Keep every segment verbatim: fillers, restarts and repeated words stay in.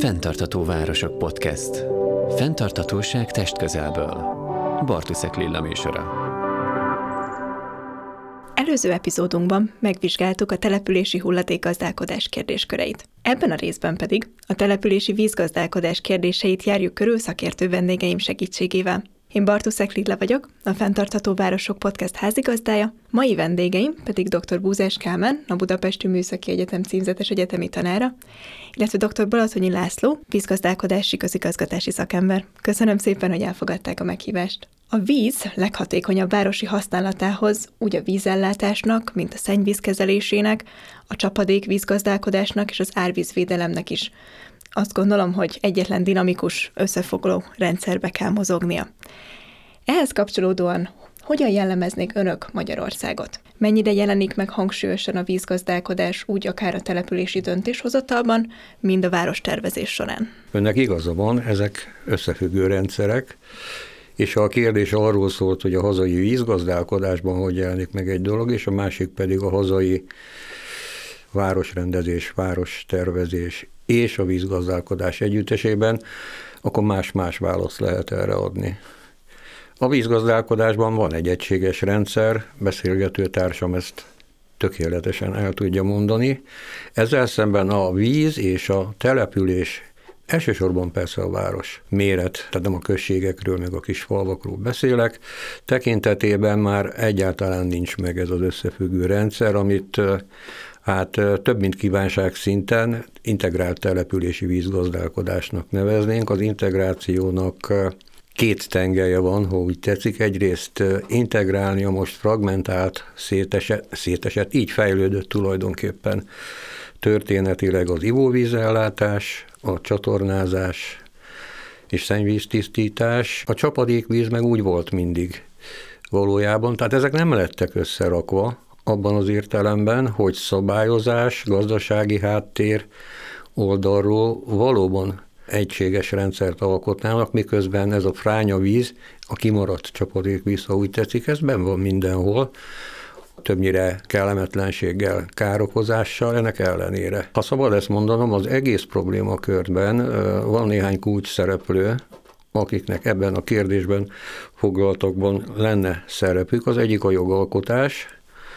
Fenntartható Városok Podcast. Fenntarthatóság testközelből. Bartuszek Lilla műsora. Előző epizódunkban megvizsgáltuk a települési hulladékgazdálkodás kérdésköreit. Ebben a részben pedig a települési vízgazdálkodás kérdéseit járjuk körül szakértő vendégeim segítségével. Én Bartuszek Lilla vagyok, a Fenntartható Városok Podcast házigazdája, mai vendégeim pedig dr. Búzás Kálmán, a Budapesti Műszaki Egyetem címzetes egyetemi tanára, illetve dr. Balatonyi László, vízgazdálkodási közigazgatási szakember. Köszönöm szépen, hogy elfogadták a meghívást. A víz leghatékonyabb városi használatához úgy a vízellátásnak, mint a szennyvízkezelésének, a csapadék vízgazdálkodásnak és az árvízvédelemnek is azt gondolom, hogy egyetlen dinamikus, összefoglaló rendszerbe kell mozognia. Ehhez kapcsolódóan hogyan jellemeznék önök Magyarországot? Mennyire jelenik meg hangsúlyosan a vízgazdálkodás úgy akár a települési döntéshozatalban, mind a várostervezés során? Önnek igaza van, ezek összefüggő rendszerek, és a kérdés arról szólt, hogy a hazai vízgazdálkodásban hogy jelenik meg egy dolog, és a másik pedig a hazai városrendezés, várostervezés és a vízgazdálkodás együttesében, akkor más-más választ lehet erre adni. A vízgazdálkodásban van egy egységes rendszer, beszélgető társam ezt tökéletesen el tudja mondani. Ezzel szemben a víz és a település, elsősorban persze a város méret, tehát nem a községekről, meg a kis falvakról beszélek, tekintetében már egyáltalán nincs meg ez az összefüggő rendszer, amit hát több mint kívánság szinten integrált települési vízgazdálkodásnak neveznénk. Az integrációnak két tengelye van, ha úgy tetszik. Egyrészt integrálni a most fragmentált, szétesett, szétesett, így fejlődött tulajdonképpen történetileg az ivóvízellátás, a csatornázás és szennyvíztisztítás. A csapadékvíz meg úgy volt mindig valójában, tehát ezek nem lettek összerakva, abban az értelemben, hogy szabályozás, gazdasági háttér oldalról valóban egységes rendszert alkotnának, miközben ez a fránya víz, a kimaradt csapadékvíz, ha úgy tetszik, ez benn van mindenhol, többnyire kellemetlenséggel, károkozással, ennek ellenére. Ha szabad ezt mondanom, az egész problémakörben van néhány kulcs szereplő, akiknek ebben a kérdésben foglaltakban lenne szerepük. Az egyik a jogalkotás,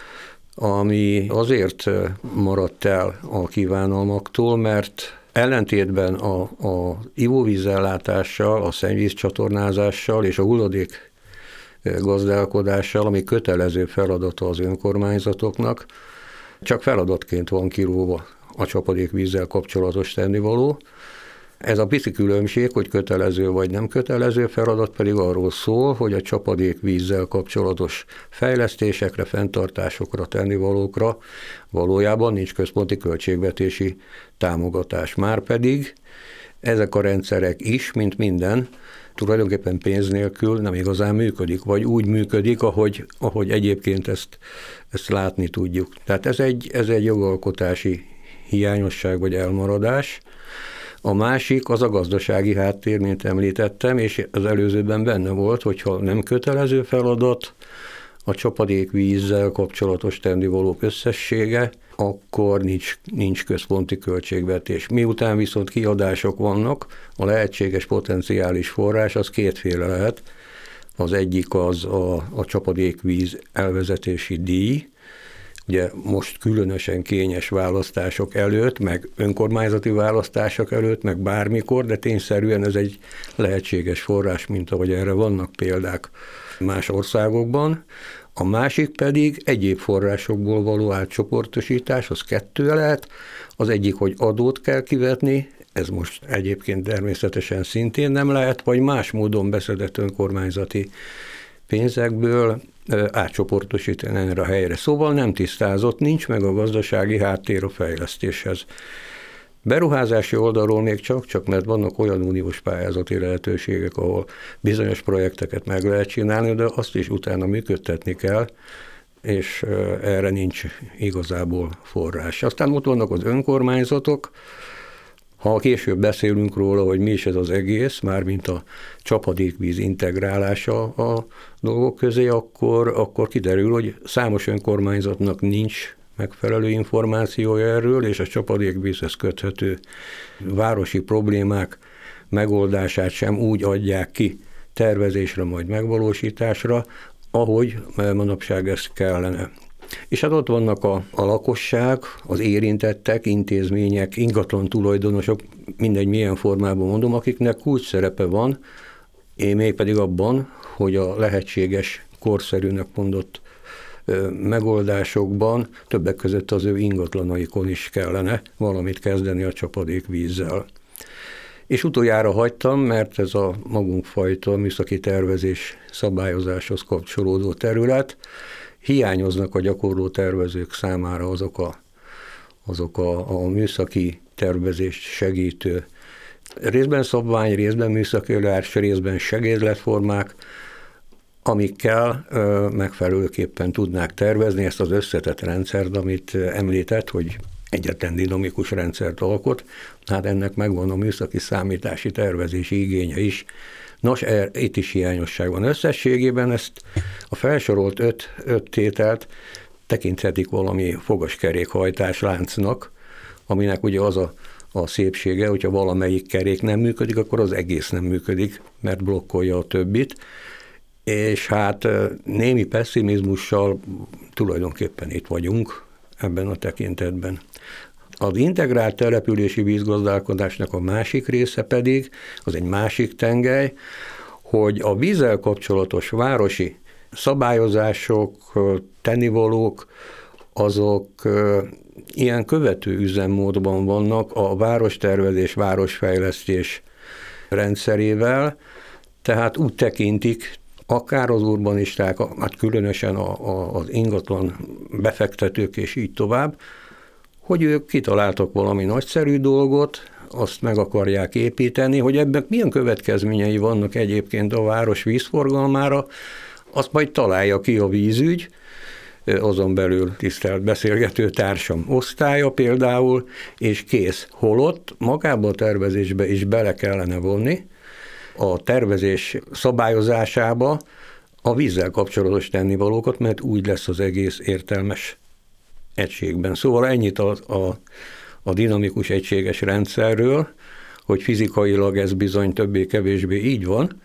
ami azért maradt el a kívánalmaktól, mert ellentétben a, a ivóvízellátással, a szennyvízcsatornázással és a hulladék gazdálkodással, ami kötelező feladata az önkormányzatoknak, csak feladatként van kiróva a csapadékvízzel kapcsolatos tennivaló. Ez a pici különbség, hogy kötelező vagy nem kötelező feladat pedig arról szól, hogy a csapadékvízzel kapcsolatos fejlesztésekre, fenntartásokra, tennivalókra valójában nincs központi költségvetési támogatás. Márpedig ezek a rendszerek is, mint minden, tulajdonképpen pénz nélkül nem igazán működik, vagy úgy működik, ahogy, ahogy egyébként ezt, ezt látni tudjuk. Tehát ez egy, ez egy jogalkotási hiányosság vagy elmaradás. A másik az a gazdasági háttér, mint említettem, és az előzőben benne volt, hogyha nem kötelező feladat a csapadékvízzel kapcsolatos tennivalók összessége, akkor nincs, nincs központi költségvetés. Miután viszont kiadások vannak, a lehetséges potenciális forrás az kétféle lehet. Az egyik az a, a csapadékvíz elvezetési díj, ugye most különösen kényes választások előtt, meg önkormányzati választások előtt, meg bármikor, de tényszerűen ez egy lehetséges forrás, mint ahogy erre vannak példák más országokban. A másik pedig egyéb forrásokból való átcsoportosítás, az kettő lehet. Az egyik, hogy adót kell kivetni, ez most egyébként természetesen szintén nem lehet, vagy más módon beszedett önkormányzati pénzekből átcsoportosítani erre a helyre. Szóval nem tisztázott, nincs meg a gazdasági háttér a fejlesztéshez. Beruházási oldalról még csak-csak, mert vannak olyan uniós pályázati lehetőségek, ahol bizonyos projekteket meg lehet csinálni, de azt is utána működtetni kell, és erre nincs igazából forrás. Aztán ott vannak az önkormányzatok. Ha később beszélünk róla, hogy mi is ez az egész, mármint a csapadékvíz integrálása a dolgok közé, akkor, akkor kiderül, hogy számos önkormányzatnak nincs megfelelő információja erről, és a csapadékvízhez köthető városi problémák megoldását sem úgy adják ki tervezésre, majd megvalósításra, ahogy manapság ez kellene. És hát ott vannak a, a lakosság, az érintettek, intézmények, ingatlan tulajdonosok, mindegy milyen formában mondom, akiknek kulcs szerepe van, én még pedig abban, hogy a lehetséges, korszerűnek mondott ö, megoldásokban többek között az ő ingatlanaikon is kellene valamit kezdeni a csapadékvízzel. És utoljára hagytam, mert ez a magunkfajta műszaki tervezés szabályozáshoz kapcsolódó terület, hiányoznak a gyakorló tervezők számára azok a, azok a, a műszaki tervezést segítő részben szabvány, részben műszaki leárs, részben segédletformák, amikkel ö, megfelelőképpen tudnák tervezni ezt az összetett rendszert, amit említett, hogy egyetlen dinamikus rendszert alkot, hát ennek megvan a műszaki számítási tervezési igénye is. Nos, er, itt is hiányosság van. Összességében ezt a felsorolt öt, öt tételt tekinthetik valami fogaskerékhajtás láncnak, aminek ugye az a, a szépsége, hogyha valamelyik kerék nem működik, akkor az egész nem működik, mert blokkolja a többit, és hát némi pessimizmussal tulajdonképpen itt vagyunk ebben a tekintetben. Az integrált települési vízgazdálkodásnak a másik része pedig, az egy másik tengely, hogy a vízzel kapcsolatos városi szabályozások, tennivalók, azok ilyen követő üzemmódban vannak a várostervezés, városfejlesztés rendszerével, tehát úgy tekintik, akár az urbanisták, hát különösen a, a, az ingatlan befektetők és így tovább, hogy ők kitaláltak valami nagyszerű dolgot, azt meg akarják építeni, hogy ebben milyen következményei vannak egyébként a város vízforgalmára, azt majd találja ki a vízügy, azon belül tisztelt beszélgető társam osztálya például, és kész. Holott magába a tervezésbe is bele kellene vonni, a tervezés szabályozásába a vízzel kapcsolatos tennivalókat, mert úgy lesz az egész értelmes egységben. Szóval ennyit a, a, a dinamikus egységes rendszerről, hogy fizikailag ez bizony többé-kevésbé így van,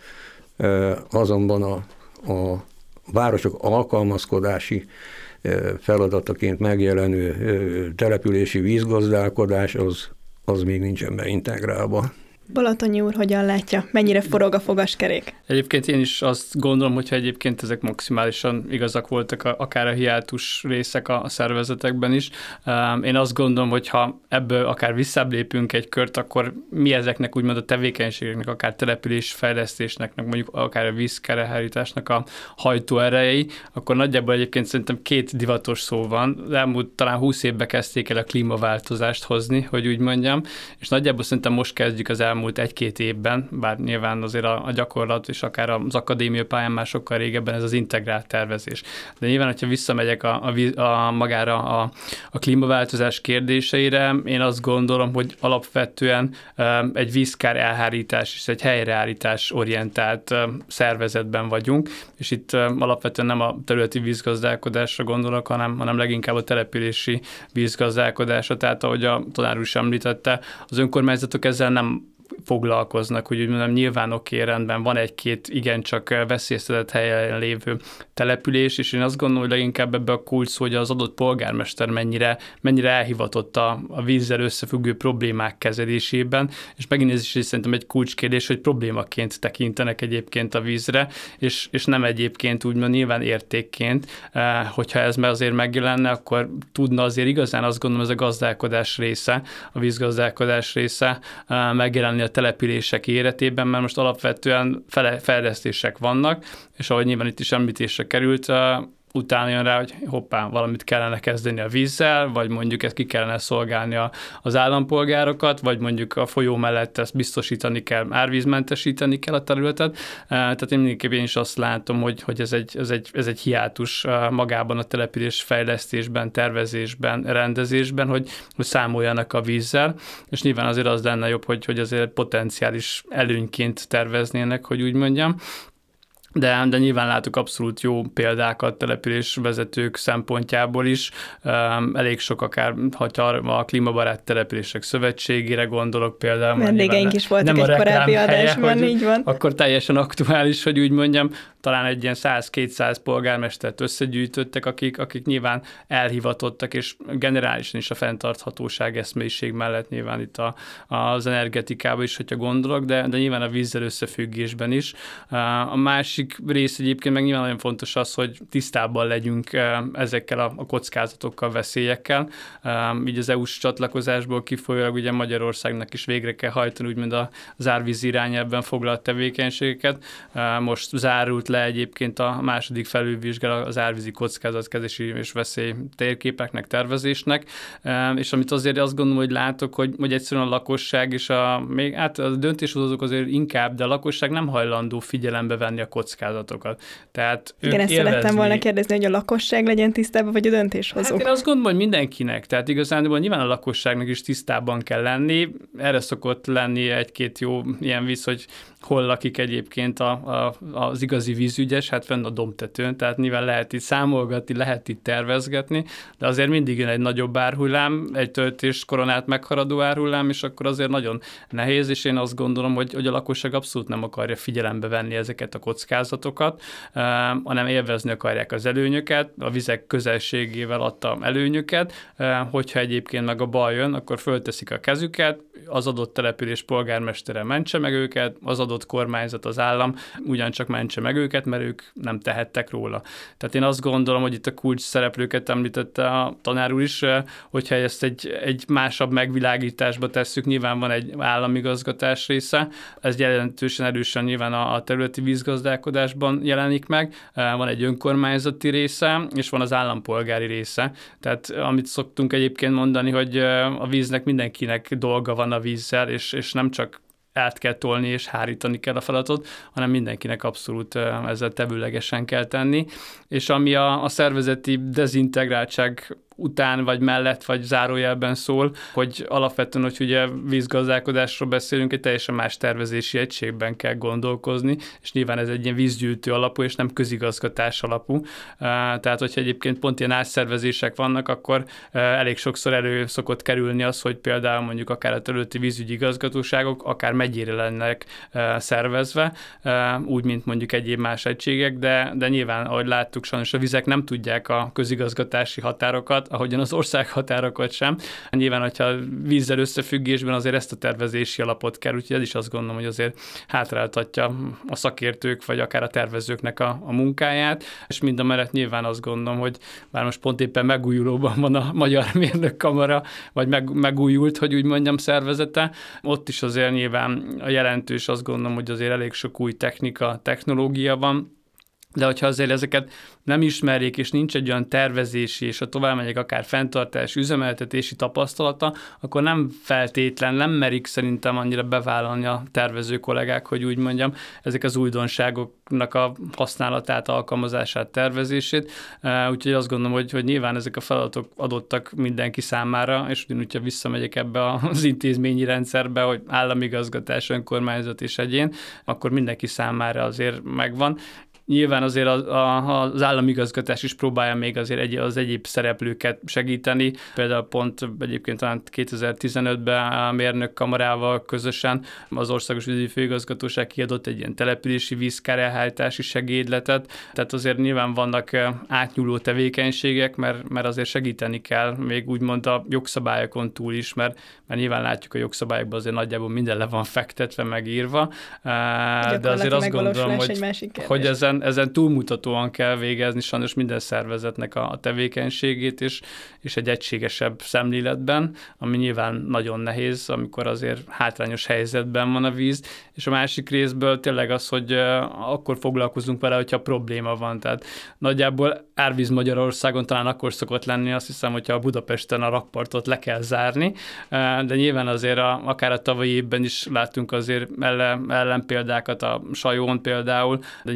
azonban a, a városok alkalmazkodási feladataként megjelenő települési vízgazdálkodás az, az még nincsen beintegrálva. Balatonyi úr hogyan látja? Mennyire forog a fogaskerék? Egyébként én is azt gondolom, hogyha egyébként ezek maximálisan igazak voltak, akár a hiátus részek a szervezetekben is. Én azt gondolom, hogyha ebből akár visszább lépünk egy kört, akkor mi ezeknek úgymond a tevékenységeknek, akár településfejlesztésnek, mondjuk akár a vízkerehárításnak a hajtóerejei, akkor nagyjából egyébként szerintem két divatos szó van. Az elmúlt talán húsz évben kezdték el a klímaváltozást hozni, hogy úgy mondjam, és nagyjából szerintem most kezdjük az elmúlt egy-két évben, bár nyilván azért a, a gyakorlat és akár az akadémia pályán már sokkal régebben ez az integrált tervezés. De nyilván, hogyha visszamegyek a, a, a magára a, a klímaváltozás kérdéseire, én azt gondolom, hogy alapvetően egy vízkár elhárítás és egy helyreállítás orientált szervezetben vagyunk, és itt alapvetően nem a területi vízgazdálkodásra gondolok, hanem, hanem leginkább a települési vízgazdálkodásra. Tehát ahogy a tanár úr is említette, az önkormányzatok ezzel nem foglalkoznak, hogy úgy mondom, nyilván oké, okay, rendben van egy-két igencsak veszélyeztetett helyen lévő település, és én azt gondolom, hogy leginkább ebbe a kulcs szó, hogy az adott polgármester mennyire, mennyire elhivatott a, a vízzel összefüggő problémák kezelésében, és megint ez is szerintem egy kulcskérdés, hogy problémaként tekintenek egyébként a vízre, és, és nem egyébként úgymond nyilván értékként, hogyha ez azért megjelenne, akkor tudna azért igazán azt gondolom, ez a gazdálkodás része, a vízgazdálkodás része megjelenni a települések életében, mert most alapvetően fele, fejlesztések vannak, és ahogy nyilván itt is említésre került, utána jön rá, hogy hoppá, valamit kellene kezdeni a vízzel, vagy mondjuk ezt ki kellene szolgálni a, az állampolgárokat, vagy mondjuk a folyó mellett ezt biztosítani kell, árvízmentesíteni kell a területet. Tehát én mindenképpen is azt látom, hogy, hogy ez, egy, ez, egy, ez egy hiátus magában a település fejlesztésben, tervezésben, rendezésben, hogy, hogy számoljanak a vízzel, és nyilván azért az lenne jobb, hogy, hogy azért potenciális előnyként terveznének, hogy úgy mondjam. De, de nyilván látok abszolút jó példákat településvezetők szempontjából is. Elég sok akár, ha a Klímabarát Települések Szövetségére gondolok például. Vendégeink is voltak egy korábbi adásban, így van. Akkor teljesen aktuális, hogy úgy mondjam, talán egy ilyen száz-kétszáz polgármestert összegyűjtöttek, akik, akik nyilván elhivatottak, és generálisan is a fenntarthatóság eszmélyiség mellett nyilván itt a, az energetikában is, hogyha gondolok, de, de nyilván a vízzel összefüggésben is. A másik rész egyébként meg nyilván nagyon fontos az, hogy tisztában legyünk ezekkel a, a kockázatokkal, veszélyekkel. Így az é u-s csatlakozásból kifolyólag ugye Magyarországnak is végre kell hajtani úgymond az árvíz irányelvben foglalt tevékenységeket. Most zárult le egyébként a második felülvizsgálat az árvízi kockázatkezési és veszély térképeknek, tervezésnek, és amit azért azt gondolom, hogy látok, hogy, hogy egyszerűen a lakosság és a, még, hát a döntéshozók azért inkább, de a lakosság nem hajlandó figyelembe venni a kockázatokat. Tehát igen, ezt élvezni... szerettem volna kérdezni, hogy a lakosság legyen tisztában, vagy a döntéshozók? Hát én azt gondolom, hogy mindenkinek, tehát igazán nyilván a lakosságnak is tisztában kell lenni, erre szokott lenni egy-két jó ilyen visz, hogy hol lakik egyébként a, a, az igazi vízügyes, hát fenn a dombtetőn, tehát nyilván lehet itt számolgatni, lehet itt tervezgetni, de azért mindig jön egy nagyobb árhullám, egy töltés koronát meghaladó árhullám, és akkor azért nagyon nehéz, és én azt gondolom, hogy, hogy a lakosság abszolút nem akarja figyelembe venni ezeket a kockázatokat, uh, hanem élvezni akarják az előnyöket, a vizek közelségével adta előnyöket, uh, hogyha egyébként meg a baj jön, akkor fölteszik a kezüket, az adott település polgármestere mentse meg őket, az adott kormányzat, az állam ugyancsak mentse meg őket, mert ők nem tehettek róla. Tehát én azt gondolom, hogy itt a kulcs szereplőket említette a tanár úr is, hogyha ezt egy, egy másabb megvilágításba tesszük, nyilván van egy államigazgatás része, ez jelentősen erősen nyilván a, a területi vízgazdálkodásban jelenik meg, van egy önkormányzati része, és van az állampolgári része. Tehát amit szoktunk egyébként mondani, hogy a víznek mindenkinek dolga van a vízzel, és, és nem csak át kell tolni és hárítani kell a feladatot, hanem mindenkinek abszolút ezzel tevőlegesen kell tenni. És ami a, a szervezeti dezintegráltság után, vagy mellett, vagy zárójelben szól, hogy alapvetően, hogy ugye vízgazdálkodásról beszélünk, egy teljesen más tervezési egységben kell gondolkozni, és nyilván ez egy ilyen vízgyűjtő alapú, és nem közigazgatás alapú. Tehát, hogyha egyébként pont ilyen átszervezések vannak, akkor elég sokszor elő szokott kerülni az, hogy például mondjuk akár a területi vízügyi igazgatóságok, akár megyére lennek szervezve, úgy, mint mondjuk egyéb más egységek, de, de nyilván, ahogy láttuk, sajnos a vizek nem tudják a közigazgatási határokat, ahogyan az országhatárokat sem. Nyilván, hogyha vízzel összefüggésben azért ezt a tervezési alapot kell, úgyhogy ez is azt gondolom, hogy azért hátráltatja a szakértők, vagy akár a tervezőknek a, a munkáját, és mindamellett nyilván azt gondolom, hogy bár most pont éppen megújulóban van a Magyar Mérnökkamara, vagy meg, megújult, hogy úgy mondjam, szervezete, ott is azért nyilván a jelentős, azt gondolom, hogy azért elég sok új technika, technológia van, de hogyha azért ezeket nem ismerjék, és nincs egy olyan tervezési, és a tovább megyek akár fenntartás, üzemeltetési tapasztalata, akkor nem feltétlen, nem merik szerintem annyira bevállalni a tervező kollégák, hogy úgy mondjam, ezek az újdonságoknak a használatát, alkalmazását, tervezését. Úgyhogy azt gondolom, hogy, hogy nyilván ezek a feladatok adottak mindenki számára, és ugyanúgy, ha visszamegyek ebbe az intézményi rendszerbe, hogy államigazgatás, önkormányzat és egyén, akkor mindenki számára azért megvan. Nyilván azért az, az államigazgatás is próbálja még azért egy, az egyéb szereplőket segíteni. Például pont egyébként talán kétezer-tizenötben a Mérnökkamarával közösen az Országos Vízügyi Főigazgatóság kiadott egy ilyen települési vízkárelhárítási segédletet. Tehát azért nyilván vannak átnyúló tevékenységek, mert, mert azért segíteni kell még úgymond a jogszabályokon túl is, mert, mert nyilván látjuk a jogszabályokban azért nagyjából minden le van fektetve, megírva. De azért azt gondolom, hogy, hogy ezen Ezen túlmutatóan kell végezni sajnos minden szervezetnek a, a tevékenységét, és, és egy egységesebb szemléletben, ami nyilván nagyon nehéz, amikor azért hátrányos helyzetben van a víz, és a másik részből tényleg az, hogy uh, akkor foglalkozunk vele, hogyha probléma van. Tehát nagyjából árvíz Magyarországon talán akkor szokott lenni, azt hiszem, hogyha a Budapesten a rakpartot le kell zárni, uh, de nyilván azért a, akár a tavalyi évben is láttunk azért ellen, ellenpéldákat, a Sajón például, de nyilván a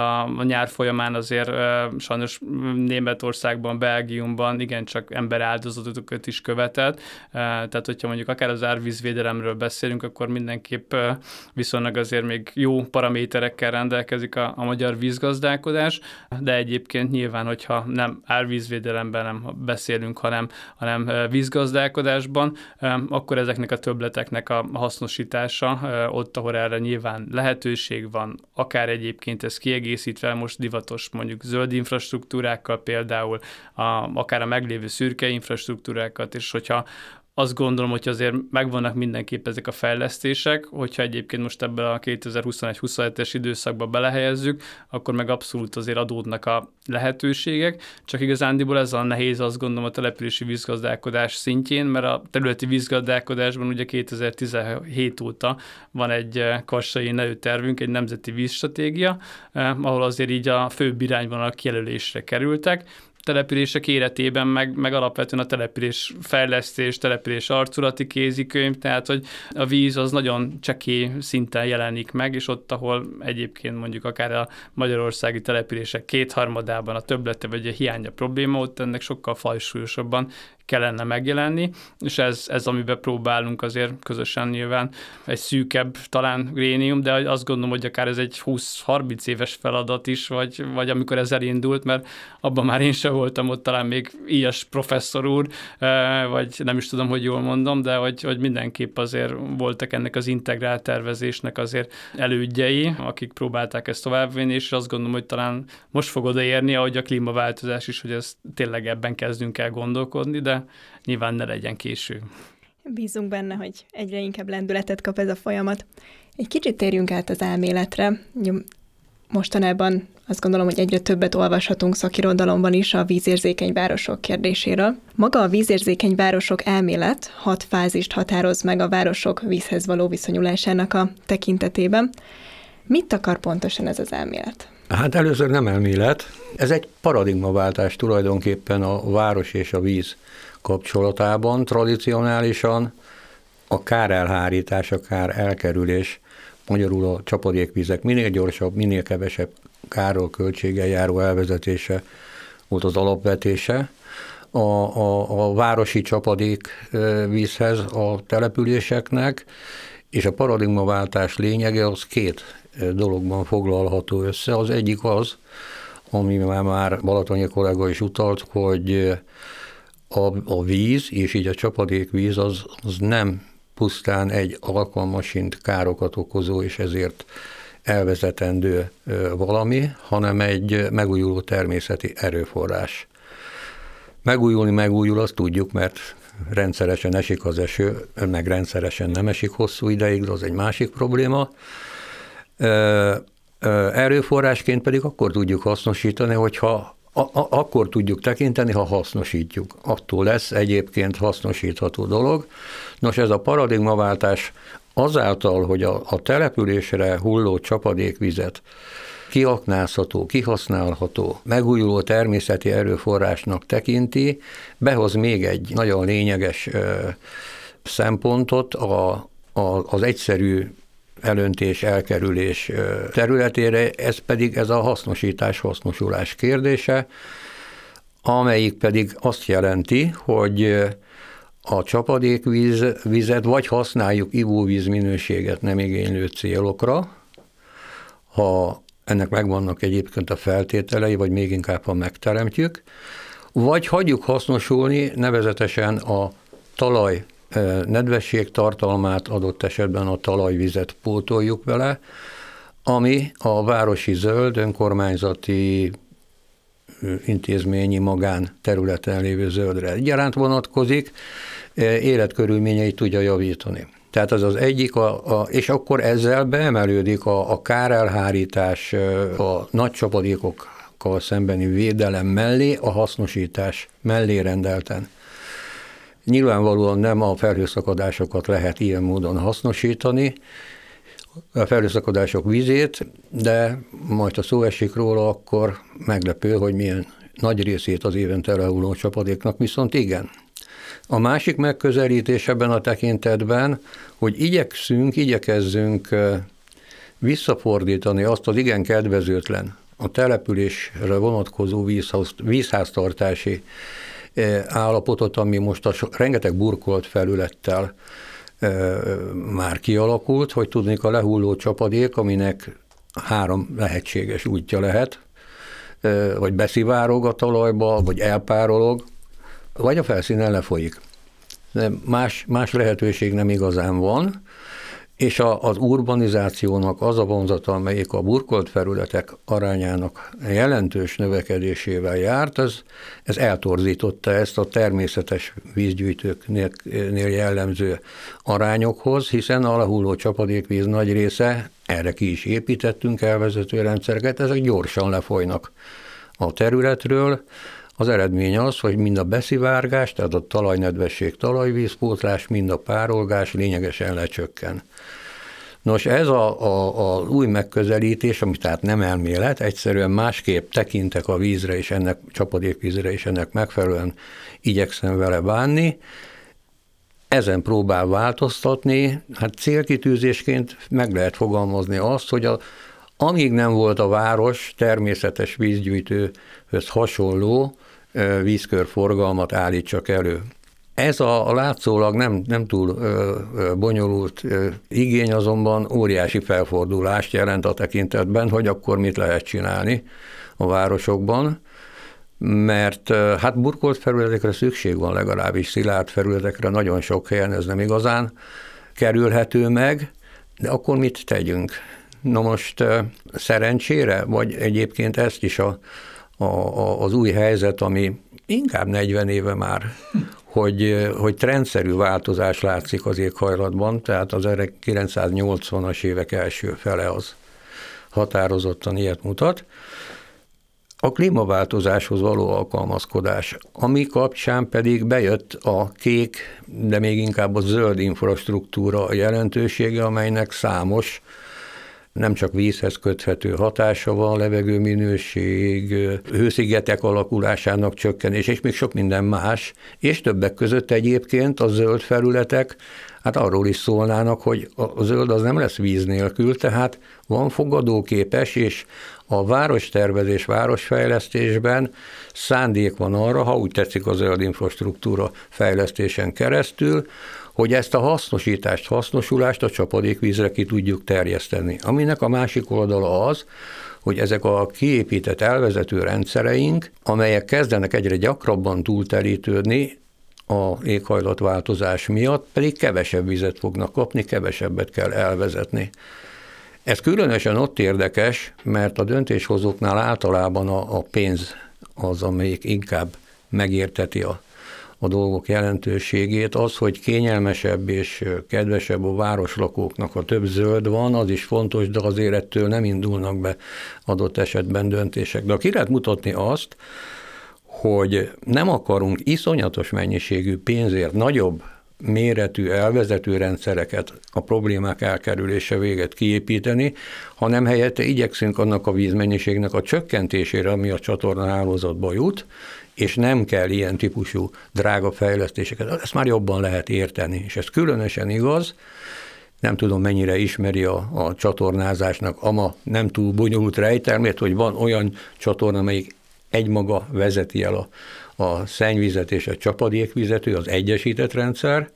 a nyár folyamán azért sajnos Németországban, Belgiumban igencsak emberáldozatokat is követett. Tehát, hogyha mondjuk akár az árvízvédelemről beszélünk, akkor mindenképp viszonylag azért még jó paraméterekkel rendelkezik a, a magyar vízgazdálkodás, de egyébként nyilván, hogyha nem árvízvédelemben nem beszélünk, hanem, hanem vízgazdálkodásban, akkor ezeknek a többleteknek a hasznosítása ott, ahol erre nyilván lehetőség van, akár egyébként ez kiegészítve most divatos mondjuk zöld infrastruktúrákkal például, a, akár a meglévő szürke infrastruktúrákat, és hogyha azt gondolom, hogy azért megvannak mindenképp ezek a fejlesztések, hogyha egyébként most ebben a kétezer-huszonegy-huszonhetes időszakba belehelyezzük, akkor meg abszolút azért adódnak a lehetőségek, csak igazándiból ez a nehéz, azt gondolom, a települési vízgazdálkodás szintjén, mert a területi vízgazdálkodásban ugye kétezer-tizenhét óta van egy kassai nevű tervünk, egy nemzeti vízstratégia, ahol azért így a főbb irányvonalak kijelölésre kerültek, települések életében, meg, meg alapvetően a település fejlesztés, település arculati kézikönyv, tehát hogy a víz az nagyon csekély szinten jelenik meg, és ott, ahol egyébként mondjuk akár a magyarországi települések kétharmadában a többlete vagy a hiánya probléma, ott ennek sokkal fajsúlyosabban kellene megjelenni, és ez, ez, amiben próbálunk azért közösen nyilván egy szűkebb talán grénium, de azt gondolom, hogy akár ez egy húsz-harminc éves feladat is, vagy, vagy amikor ez elindult, mert abban már én sem voltam ott, talán még Íjas professzor úr, vagy nem is tudom, hogy jól mondom, de hogy, hogy mindenképp azért voltak ennek az integrált tervezésnek azért elődjei, akik próbálták ezt továbbvinni, és azt gondolom, hogy talán most fog odaérni, ahogy a klímaváltozás is, hogy ez tényleg ebben kezdünk el gondolkodni, de nyilván ne legyen késő. Bízunk benne, hogy egyre inkább lendületet kap ez a folyamat. Egy kicsit térjünk át az elméletre. Mostanában azt gondolom, hogy egyre többet olvashatunk szakirodalomban is a vízérzékeny városok kérdéséről. Maga a vízérzékeny városok elmélet hat fázist határoz meg a városok vízhez való viszonyulásának a tekintetében. Mit akar pontosan ez az elmélet? Hát először nem elmélet, ez egy paradigmaváltás tulajdonképpen a város és a víz kapcsolatában. Tradicionálisan a kárelhárítás, a kár elkerülés, magyarul a csapadékvizek minél gyorsabb, minél kevesebb kárról, költséggel járó elvezetése volt az alapvetése. A, a, a városi csapadékvízhez a településeknek, és a paradigmaváltás lényege az két dologban foglalható össze. Az egyik az, ami már Balatonyi kollega is utalt, hogy a, a víz, és így a csapadékvíz az, az nem pusztán egy alkalmasint károkat okozó, és ezért elvezetendő valami, hanem egy megújuló természeti erőforrás. Megújulni megújul, azt tudjuk, mert rendszeresen esik az eső, meg rendszeresen nem esik hosszú ideig, de az egy másik probléma. Erőforrásként pedig akkor tudjuk hasznosítani, hogyha a, a, akkor tudjuk tekinteni, ha hasznosítjuk. Attól lesz egyébként hasznosítható dolog. Nos, ez a paradigmaváltás azáltal, hogy a, a településre hulló csapadékvizet kiaknázható, kihasználható, megújuló természeti erőforrásnak tekinti, behoz még egy nagyon lényeges ö, szempontot a, a, az egyszerű elöntés, elkerülés területére, ez pedig ez a hasznosítás, hasznosulás kérdése, amelyik pedig azt jelenti, hogy a csapadékvizet vagy használjuk ivóvíz minőséget nem igénylő célokra, ha ennek megvannak egyébként a feltételei, vagy még inkább, ha megteremtjük, vagy hagyjuk hasznosulni, nevezetesen a talaj nedvesség tartalmát, adott esetben a talajvizet pótoljuk vele, ami a városi zöld, önkormányzati, intézményi magán területen lévő zöldre egyaránt vonatkozik, életkörülményeit tudja javítani. Tehát az az egyik, a, a, és akkor ezzel beemelődik a, a kárelhárítás, a nagy csapadékokkal szembeni védelem mellé, a hasznosítás mellé rendelten. Nyilvánvalóan nem a felhőszakadásokat lehet ilyen módon hasznosítani, a felhőszakadások vízét, de majd ha szó esik róla, akkor meglepő, hogy milyen nagy részét az évente lehulló csapadéknak viszont igen. A másik megközelítés ebben a tekintetben, hogy igyekszünk, igyekezzünk visszafordítani azt az igen kedvezőtlen a településre vonatkozó vízház, vízháztartási állapotot, ami most a rengeteg burkolt felülettel már kialakult, hogy tudnék a lehulló csapadék, aminek három lehetséges útja lehet, vagy beszivárog a talajba, vagy elpárolog, vagy a felszínen lefolyik. De más, más lehetőség nem igazán van, és a, az urbanizációnak az a vonzata, amelyik a burkolt felületek arányának jelentős növekedésével járt, ez, ez eltorzította ezt a természetes vízgyűjtőknél jellemző arányokhoz, hiszen a lehulló csapadékvíz nagy része, erre ki is építettünk elvezető rendszereket, ezek gyorsan lefolynak a területről. Az eredmény az, hogy mind a beszivárgás, tehát a talajnedvesség, talajvízpótlás, mind a párolgás lényegesen lecsökken. Nos, ez a, a, az új megközelítés, ami tehát nem elmélet, egyszerűen másképp tekintek a vízre és ennek csapadékvízre, és ennek megfelelően igyekszem vele bánni. Ezen próbál változtatni, hát célkitűzésként meg lehet fogalmazni azt, hogy a, amíg nem volt a város természetes vízgyűjtőhöz hasonló vízkörforgalmat állítsak elő. Ez a, a látszólag nem, nem túl ö, ö, bonyolult ö, igény azonban óriási felfordulást jelent a tekintetben, hogy akkor mit lehet csinálni a városokban, mert ö, hát burkolt felületekre szükség van, legalábbis szilárd felületekre, nagyon sok helyen ez nem igazán kerülhető meg, de akkor mit tegyünk? Na most ö, szerencsére, vagy egyébként ezt is a, a, a, az új helyzet, ami inkább negyven éve már, hogy, hogy trendszerű változás látszik az éghajlatban, tehát az ezerkilencszáznyolcvanas évek első fele az határozottan ilyet mutat. A klímaváltozáshoz való alkalmazkodás, ami kapcsán pedig bejött a kék, de még inkább a zöld infrastruktúra jelentősége, amelynek számos nem csak vízhez köthető hatása van, levegőminőség, hőszigetek alakulásának csökkenés, és még sok minden más, és többek között egyébként a zöld felületek, hát arról is szólnának, hogy a zöld az nem lesz víz nélkül, tehát van fogadóképes, és a várostervezés, városfejlesztésben szándék van arra, ha úgy tetszik a zöld infrastruktúra fejlesztésen keresztül, hogy ezt a hasznosítást, hasznosulást a csapadékvízre ki tudjuk terjeszteni. Aminek a másik oldala az, hogy ezek a kiépített elvezető rendszereink, amelyek kezdenek egyre gyakrabban túlterítődni a éghajlatváltozás miatt, pedig kevesebb vizet fognak kapni, kevesebbet kell elvezetni. Ez különösen ott érdekes, mert a döntéshozóknál általában a, a pénz az, amelyik inkább megérteti a a dolgok jelentőségét. Az, hogy kényelmesebb és kedvesebb a városlakóknak, a több zöld van, az is fontos, de azért ettől nem indulnak be adott esetben döntések. De ki lehet mutatni azt, hogy nem akarunk iszonyatos mennyiségű pénzért nagyobb méretű elvezető rendszereket a problémák elkerülése véget kiépíteni, hanem helyette igyekszünk annak a vízmennyiségnek a csökkentésére, ami a csatornahálózatba jut, és nem kell ilyen típusú drága fejlesztéseket. Ezt már jobban lehet érteni, és ez különösen igaz. Nem tudom, mennyire ismeri a, a csatornázásnak ama nem túl bonyolult rejtelmét, hogy van olyan csatorna, amelyik egymaga vezeti el a, a szennyvizet és a csapadékvizet, az egyesített rendszer,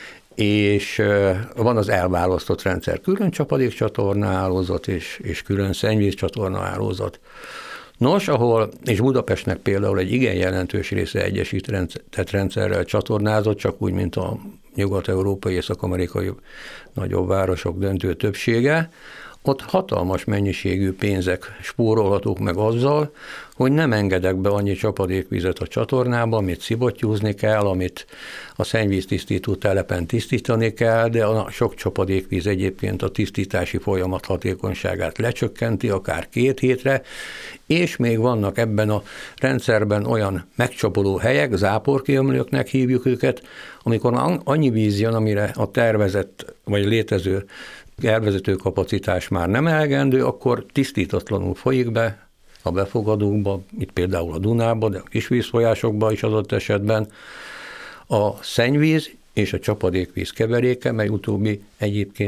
és van az elválasztott rendszer, külön csapadékcsatorna hálózat és, és külön szennyvízcsatorna hálózat. Nos, ahol, és Budapestnek például egy igen jelentős része egyesített rendszerrel csatornázott, csak úgy, mint a nyugat-európai, észak-amerikai nagyobb városok döntő többsége, ott hatalmas mennyiségű pénzek spórolhatók meg azzal, hogy nem engedek be annyi csapadékvizet a csatornába, amit szibottyúzni kell, amit a szennyvíztisztító telepen tisztítani kell, de a sok csapadékvíz egyébként a tisztítási folyamat hatékonyságát lecsökkenti, akár két hétre, és még vannak ebben a rendszerben olyan megcsapoló helyek, záporkiömlőknek hívjuk őket, amikor annyi víz jön, amire a tervezett vagy létező elvezető kapacitás már nem elegendő, akkor tisztítatlanul folyik be a befogadókba, itt például a Dunába, de a kisvízfolyásokba is adott esetben a szennyvíz és a csapadékvíz keveréke, mely utóbbi egyébként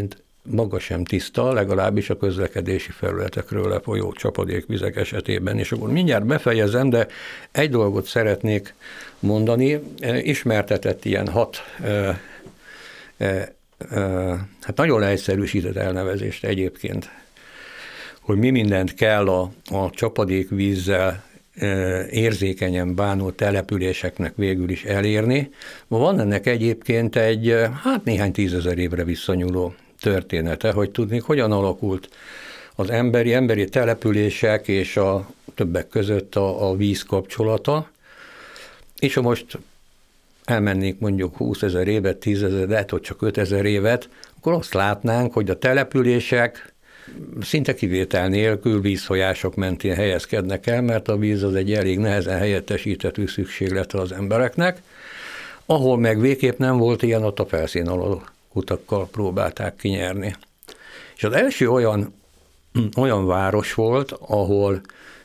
maga sem tiszta, legalábbis a közlekedési felületekről lefolyó csapadékvizek esetében. És akkor mindjárt befejezem, de egy dolgot szeretnék mondani. Ismertetett ilyen hat, e, e, e, hát nagyon leegyszerűsített elnevezést egyébként, hogy mi mindent kell a, a csapadékvízzel érzékenyen bánó településeknek végül is elérni. Van ennek egyébként egy, hát néhány tízezer évre visszanyúló története, hogy tudnék, hogyan alakult az emberi, emberi települések és a többek között a, a víz kapcsolata. És ha most elmennék mondjuk húszezer évet, tízezer, de hogy csak ötezer évet, akkor azt látnánk, hogy a települések szinte kivétel nélkül vízfolyások mentén helyezkednek el, mert a víz az egy elég nehezen helyettesíthető szükséglete az embereknek, ahol meg végképp nem volt ilyen, ott a felszín alól utakkal próbálták kinyerni. És az első olyan, olyan város volt, ahol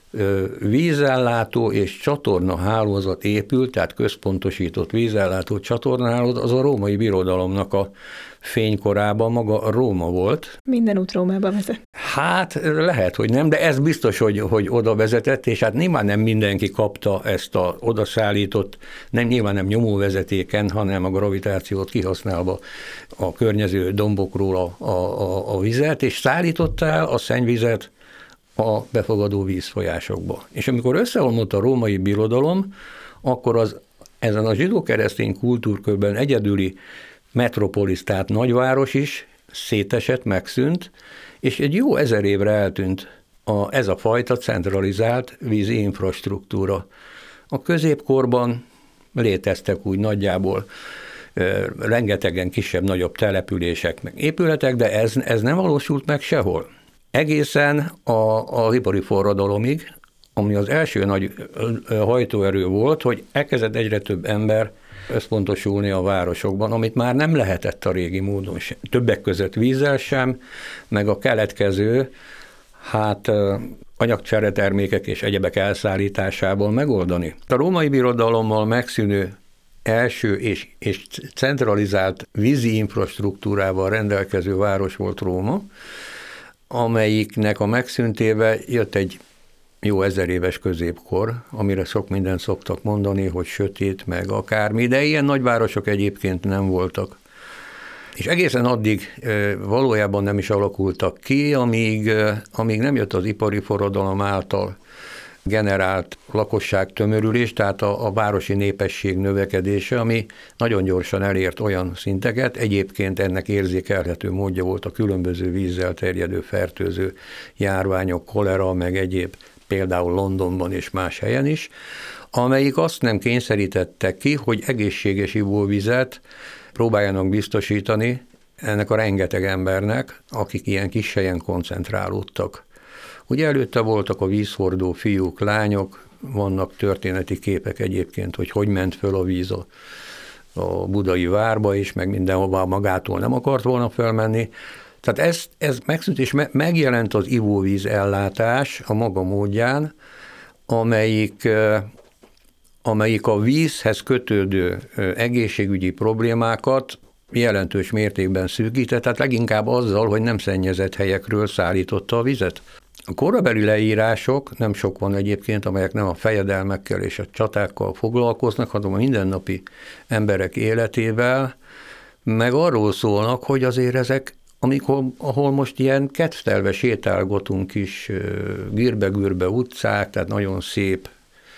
vízellátó és csatorna hálózat épült, tehát központosított vízellátó csatornahálózat, az a római birodalomnak a fénykorában maga Róma volt. Minden út Rómába vezet. Hát lehet, hogy nem, de ez biztos, hogy, hogy oda vezetett, és hát nyilván nem mindenki kapta ezt a odaszállított, nem nyilván nem nyomóvezetéken, hanem a gravitációt kihasználva a környező dombokról a, a, a, a vizet, és szállította el a szennyvizet a befogadó vízfolyásokba. És amikor összeomlott a római birodalom, akkor az ezen a zsidó-keresztény kultúrkörben egyedüli metropolis, tehát nagyváros is szétesett, megszűnt, és egy jó ezer évre eltűnt a, ez a fajta centralizált vízi infrastruktúra. A középkorban léteztek úgy nagyjából e, rengetegen kisebb-nagyobb települések, meg épületek, de ez, ez nem valósult meg sehol. Egészen a, az ipari forradalomig, ami az első nagy hajtóerő volt, hogy elkezdett egyre több ember összpontosulni a városokban, amit már nem lehetett a régi módon sem. Többek között vízzel sem, meg a keletkező, hát anyagcsere termékek és egyebek elszállításából megoldani. A római birodalommal megszűnő első és, és centralizált vízi infrastruktúrával rendelkező város volt Róma, amelyiknek a megszűntével jött egy jó ezer éves középkor, amire sok mindent szoktak mondani, hogy sötét, meg akármi, de ilyen nagyvárosok egyébként nem voltak. És egészen addig valójában nem is alakultak ki, amíg, amíg nem jött az ipari forradalom által generált lakosság tömörülés, tehát a, a városi népesség növekedése, ami nagyon gyorsan elért olyan szinteket, egyébként ennek érzékelhető módja volt a különböző vízzel terjedő fertőző járványok, kolera, meg egyéb, például Londonban és más helyen is, amelyik azt nem kényszerítette ki, hogy egészséges ivóvizet próbáljanak biztosítani ennek a rengeteg embernek, akik ilyen kis helyen koncentrálódtak. Ugye előtte voltak a vízhordó fiúk, lányok, vannak történeti képek egyébként, hogy hogy ment föl a víz a, a budai várba is, meg mindenhová magától nem akart volna fölmenni. Tehát ez, ez megszűnt, és megjelent az ivóvíz ellátás a maga módján, amelyik, amelyik a vízhez kötődő egészségügyi problémákat jelentős mértékben szűkített, tehát leginkább azzal, hogy nem szennyezett helyekről szállította a vizet. A korabeli leírások, nem sok van egyébként, amelyek nem a fejedelmekkel és a csatákkal foglalkoznak, hanem a mindennapi emberek életével, meg arról szólnak, hogy azért ezek, amikor, ahol most ilyen kedvtelve sétálgatunk is, gürbe-gürbe utcák, tehát nagyon szép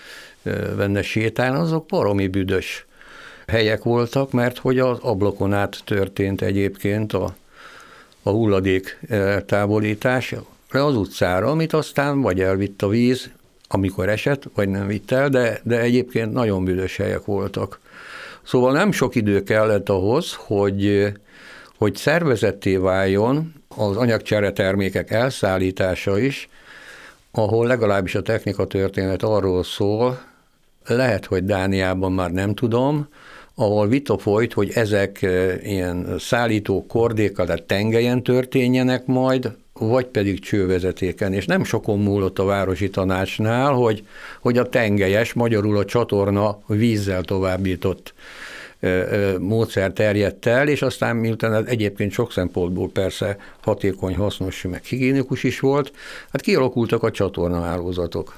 benne sétálni, azok baromi büdös helyek voltak, mert hogy az ablakon át történt egyébként a, a hulladék távolítás az utcára, amit aztán vagy elvitt a víz, amikor esett, vagy nem vitt el, de, de egyébként nagyon büdös helyek voltak. Szóval nem sok idő kellett ahhoz, hogy, hogy szervezetté váljon az anyagcsere termékek elszállítása is, ahol legalábbis a technikatörténet arról szól, lehet, hogy Dániában már nem tudom, ahol vita folyt, hogy ezek ilyen szállító kordékkal, tehát tengelyen történjenek majd, vagy pedig csővezetéken, és nem sokon múlott a városi tanácsnál, hogy, hogy a tengelyes, magyarul a csatorna vízzel továbbított módszer terjedt el, és aztán miután ez egyébként sok szempontból persze hatékony, hasznos, meg higiénikus is volt, hát kialakultak a csatornahálózatok.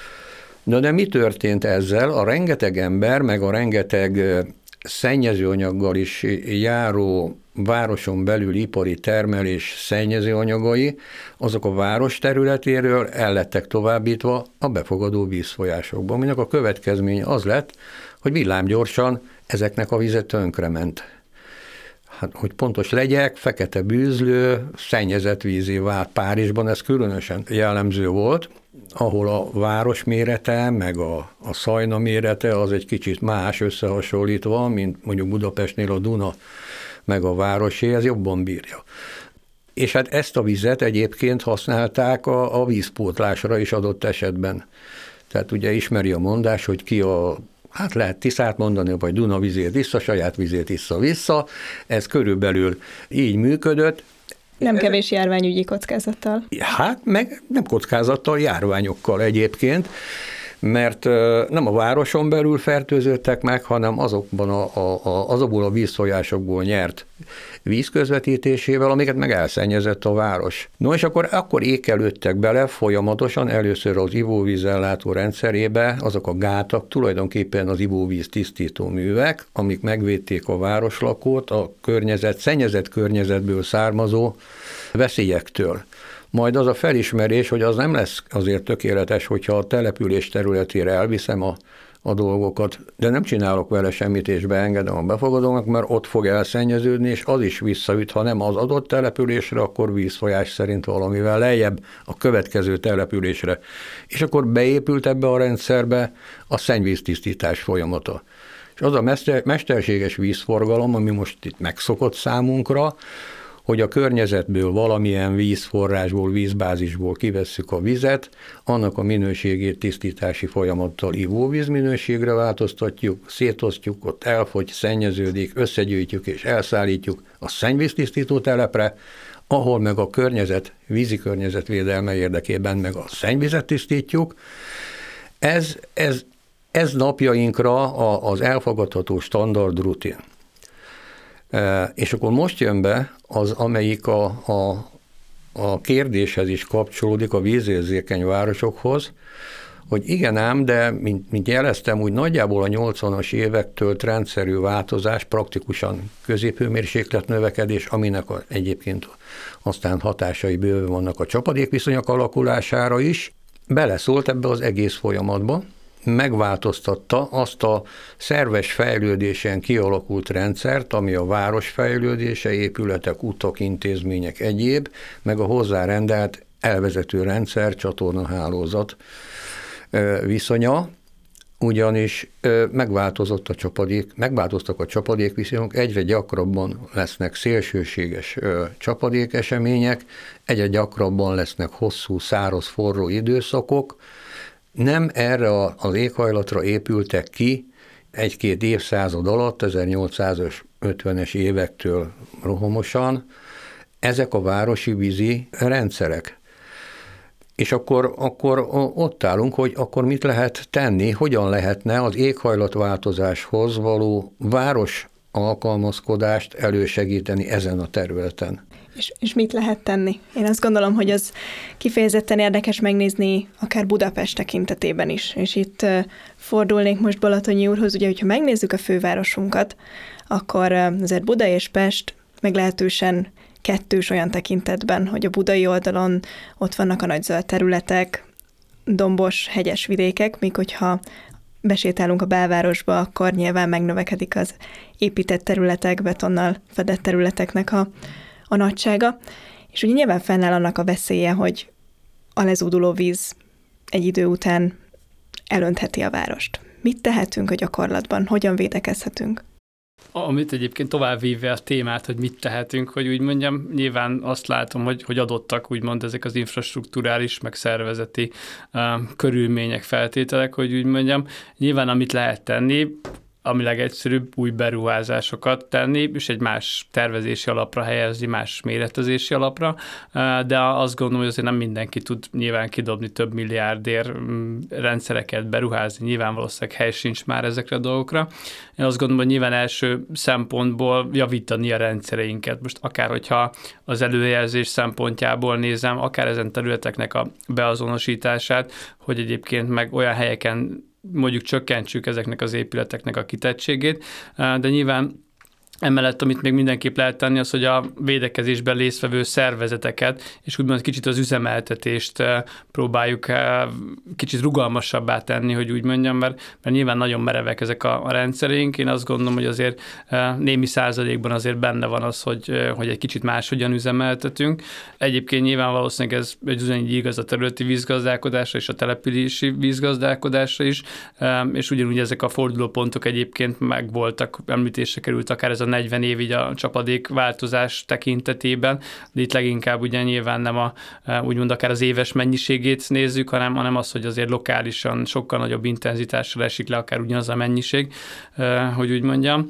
Na de mi történt ezzel? A rengeteg ember, meg a rengeteg szennyezőanyaggal is járó városon belül ipari termelés szennyezőanyagai, azok a város területéről el lettek továbbítva a befogadó vízfolyásokba, aminek a következménye az lett, hogy villámgyorsan ezeknek a vize tönkrement. Hát, hogy pontos legyek, fekete bűzlő, szennyezett vízé vált Párizsban, ez különösen jellemző volt, ahol a város mérete, meg a, a Szajna mérete az egy kicsit más összehasonlítva, mint mondjuk Budapestnél a Duna, meg a városé, ez jobban bírja. És hát ezt a vizet egyébként használták a, a vízpótlásra is adott esetben. Tehát ugye ismeri a mondás, hogy ki a, hát lehet Tiszát mondani, vagy Duna vizét vissza, saját vizét vissza-vissza, ez körülbelül így működött. Nem kevés járványügyi kockázattal. Hát meg nem kockázattal, járványokkal egyébként, mert nem a városon belül fertőződtek meg, hanem azokban a, a, a, azokból a vízfolyásokból nyert vízközvetítésével, amiket meg elszennyezett a város. No és akkor, akkor ékelődtek bele folyamatosan először az ivóvízellátó rendszerébe azok a gátak, tulajdonképpen az ivóvíz tisztító művek, amik megvédték a városlakót a környezet, szennyezett környezetből származó veszélyektől. Majd az a felismerés, hogy az nem lesz azért tökéletes, hogyha a település területére elviszem a, a dolgokat, de nem csinálok vele semmit, és beengedem a befogadónak, mert ott fog elszennyeződni, és az is visszaüt, ha nem az adott településre, akkor vízfolyás szerint valamivel lejjebb a következő településre. És akkor beépült ebbe a rendszerbe a szennyvíztisztítás folyamata. És az a mester, mesterséges vízforgalom, ami most itt megszokott számunkra, hogy a környezetből valamilyen vízforrásból, vízbázisból kivesszük a vizet, annak a minőségét tisztítási folyamattal ivóvíz minőségre változtatjuk, szétosztjuk, ott elfogy, szennyeződik, összegyűjtjük és elszállítjuk a szennyvíztisztító telepre, ahol meg a környezet, vízi környezetvédelme érdekében meg a szennyvizet tisztítjuk. Ez, ez, ez napjainkra az elfogadható standard rutin. És akkor most jön be az, amelyik a, a, a kérdéshez is kapcsolódik, a vízérzékeny városokhoz, hogy igen ám, de mint, mint jeleztem, úgy nagyjából a nyolcvanas évektől trendszerű változás, praktikusan középhőmérséklet növekedés, aminek a, egyébként aztán hatásai bőven vannak a csapadékviszonyok alakulására is, beleszólt ebbe az egész folyamatba, megváltoztatta azt a szerves fejlődésen kialakult rendszert, ami a város fejlődése, épületek, utak, intézmények, egyéb, meg a hozzárendelt elvezető rendszer, csatornahálózat viszonya, ugyanis megváltozott a csapadék, megváltoztak a csapadékviszonyok, egyre gyakrabban lesznek szélsőséges csapadékesemények, egyre gyakrabban lesznek hosszú, száraz, forró időszakok. Nem erre az éghajlatra épültek ki egy-két évszázad alatt, ezernyolcszázötvenes évektől rohamosan ezek a városi vízi rendszerek. És akkor, akkor ott állunk, hogy akkor mit lehet tenni, hogyan lehetne az éghajlatváltozáshoz való város alkalmazkodást elősegíteni ezen a területen. És, és mit lehet tenni? Én azt gondolom, hogy az kifejezetten érdekes megnézni akár Budapest tekintetében is. És itt uh, fordulnék most Balatonyi úrhoz, ugye, hogyha megnézzük a fővárosunkat, akkor uh, azért Buda és Pest meglehetősen kettős olyan tekintetben, hogy a budai oldalon ott vannak a nagy zöld területek, dombos, hegyes vidékek, míg hogyha besétálunk a belvárosba, akkor nyilván megnövekedik az épített területek, betonnal fedett területeknek a, a nagysága. És ugye nyilván fennáll annak a veszélye, hogy a lezúduló víz egy idő után elöntheti a várost. Mit tehetünk a gyakorlatban? Hogyan védekezhetünk? Amit egyébként továbbvívve a témát, hogy mit tehetünk, hogy úgy mondjam, nyilván azt látom, hogy, hogy adottak úgymond ezek az infrastrukturális, meg szervezeti uh, körülmények, feltételek, hogy úgy mondjam, nyilván amit lehet tenni, ami legegyszerűbb új beruházásokat tenni, és egy más tervezési alapra helyezni, más méretezési alapra, de azt gondolom, hogy azért nem mindenki tud nyilván kidobni több milliárdért rendszereket, beruházni, nyilván valószínűleg hely sincs már ezekre a dolgokra. Én azt gondolom, hogy nyilván első szempontból javítani a rendszereinket. Most akár, hogyha az előjelzés szempontjából nézem, akár ezen területeknek a beazonosítását, hogy egyébként meg olyan helyeken mondjuk csökkentsük ezeknek az épületeknek a kitettségét, de nyilván emellett, amit még mindenképp lehet tenni, az, hogy a védekezésben résztvevő szervezeteket, és úgymond kicsit az üzemeltetést próbáljuk kicsit rugalmasabbá tenni, hogy úgy mondjam, mert, mert nyilván nagyon merevek ezek a, a rendszerénk. Én azt gondolom, hogy azért némi százalékban azért benne van az, hogy, hogy egy kicsit máshogyan üzemeltetünk. Egyébként nyilván valószínűleg ez egy ugyanígy igaz a területi vízgazdálkodásra és a települési vízgazdálkodásra is, és ugyanúgy ezek a fordulópontok egyébként megvoltak, említésre került akár ez a negyven év így a csapadék változás tekintetében, de itt leginkább ugye nyilván nem a, úgymond akár az éves mennyiségét nézzük, hanem, hanem az, hogy azért lokálisan sokkal nagyobb intenzitással esik le akár ugyanaz a mennyiség, hogy úgy mondjam.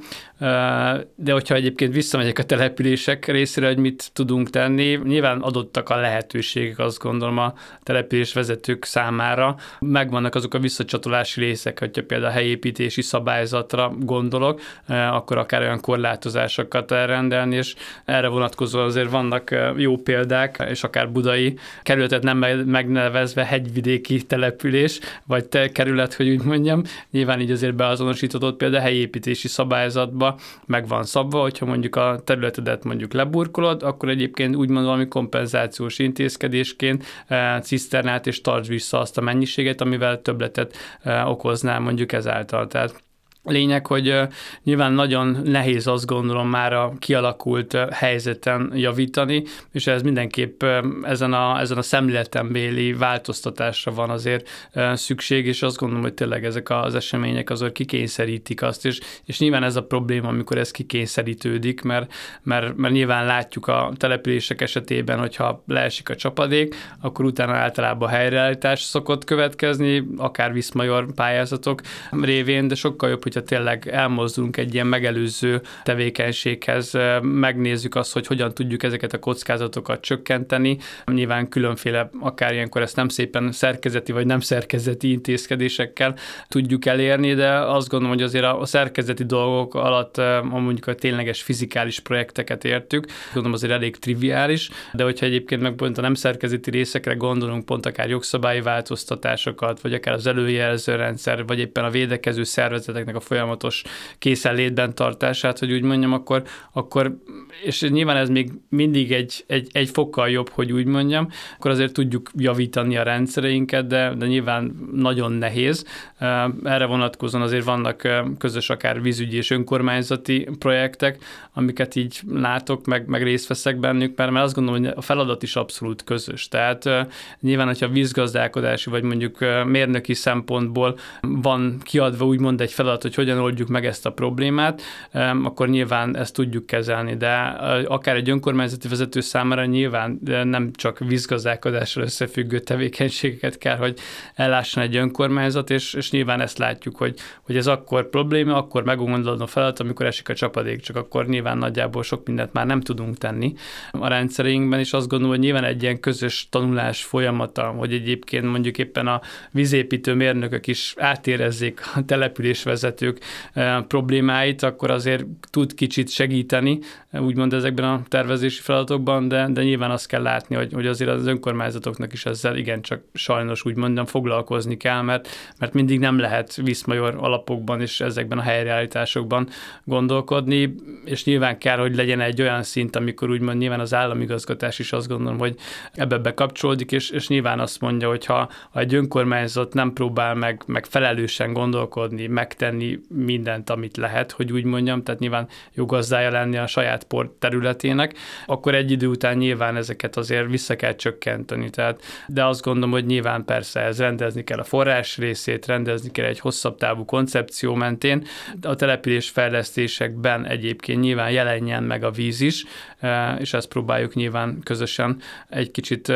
De hogyha egyébként visszamegyek a települések részére, hogy mit tudunk tenni, nyilván adottak a lehetőségek, azt gondolom a település vezetők számára. Megvannak azok a visszacsatolási részek, hogyha például a helyépítési szabályzatra gondolok, akkor akár olyan korlátozásokat elrendelni, és erre vonatkozóan azért vannak jó példák, és akár budai kerületet nem megnevezve hegyvidéki település, vagy te kerület, hogy úgy mondjam, nyilván így azért beazonosított például a helyépítési szabályzatba meg van szabva, hogyha mondjuk a területedet mondjuk leburkolod, akkor egyébként úgymond valami kompenzációs intézkedésként ciszternát és tartsd vissza azt a mennyiséget, amivel többletet okoznál mondjuk ezáltal. Tehát lényeg, hogy uh, nyilván nagyon nehéz azt gondolom már a kialakult uh, helyzeten javítani, és ez mindenképp uh, ezen a, ezen a szemléletembéli változtatásra van azért uh, szükség, és azt gondolom, hogy tényleg ezek az események azért kikényszerítik azt, és, és nyilván ez a probléma, amikor ez kikényszerítődik, mert, mert, mert nyilván látjuk a települések esetében, hogyha leesik a csapadék, akkor utána általában helyreállítás szokott következni, akár Viszmajor pályázatok révén, de sokkal jobb, hogy hogyha tényleg elmozdulunk egy ilyen megelőző tevékenységhez, megnézzük azt, hogy hogyan tudjuk ezeket a kockázatokat csökkenteni. Nyilván különféle, akár ilyenkor ezt nem szépen szerkezeti vagy nem szerkezeti intézkedésekkel tudjuk elérni, de azt gondolom, hogy azért a szerkezeti dolgok alatt mondjuk a tényleges fizikális projekteket értük, gondolom azért elég triviális, de hogyha egyébként meg pont a nem szerkezeti részekre gondolunk, pont akár jogszabályi változtatásokat, vagy akár az előjelző rendszer, vagy éppen a védekező szervezeteknek a folyamatos készenlétben tartását, hogy úgy mondjam, akkor, akkor és nyilván ez még mindig egy, egy, egy fokkal jobb, hogy úgy mondjam, akkor azért tudjuk javítani a rendszereinket, de, de nyilván nagyon nehéz. Erre vonatkozóan azért vannak közös akár vízügyi és önkormányzati projektek, amiket így látok, meg, meg részt veszek bennük, mert azt gondolom, hogy a feladat is abszolút közös. Tehát nyilván, hogyha vízgazdálkodási vagy mondjuk mérnöki szempontból van kiadva úgymond egy feladat, hogy hogyan oldjuk meg ezt a problémát, akkor nyilván ezt tudjuk kezelni, de akár egy önkormányzati vezető számára nyilván nem csak vízgazdálkodással összefüggő tevékenységeket kell, hogy ellásson egy önkormányzat, és, és nyilván ezt látjuk, hogy, hogy ez akkor probléma, akkor megoldódó a feladat, amikor esik a csapadék, csak akkor nyilván nagyjából sok mindent már nem tudunk tenni a rendszereinkben, és azt gondolom, hogy nyilván egy ilyen közös tanulás folyamata, hogy egyébként mondjuk éppen a vízépítő mérnökök is átérezzék a településvezetők problémáit, akkor azért tud kicsit segíteni, úgymond ezekben a tervezési feladatokban, de, de nyilván azt kell látni, hogy, hogy azért az önkormányzatoknak is ezzel igencsak sajnos úgy mondom foglalkozni kell, mert, mert mindig nem lehet Viszmajor alapokban és ezekben a helyreállításokban gondolkodni, és nyilván kell, hogy legyen egy olyan szint, amikor úgymond nyilván az államigazgatás is azt gondolom, hogy ebbe bekapcsolódik, és, és nyilván azt mondja, hogy ha, ha egy önkormányzat nem próbál meg, meg felelősen gondolkodni, megtenni mindent, amit lehet, hogy úgy mondjam, tehát nyilván jó gazdája lenni a saját port területének, akkor egy idő után nyilván ezeket azért vissza kell csökkenteni. Tehát, de azt gondolom, hogy nyilván persze ez rendezni kell a forrás részét, rendezni kell egy hosszabb távú koncepció mentén. A településfejlesztésekben egyébként nyilván jelenjen meg a víz is, és ezt próbáljuk nyilván közösen egy kicsit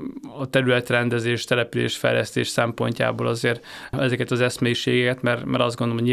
a területrendezés, településfejlesztés szempontjából azért ezeket az eszmélyiségeket, mert, mert azt gondolom, hogy nyilván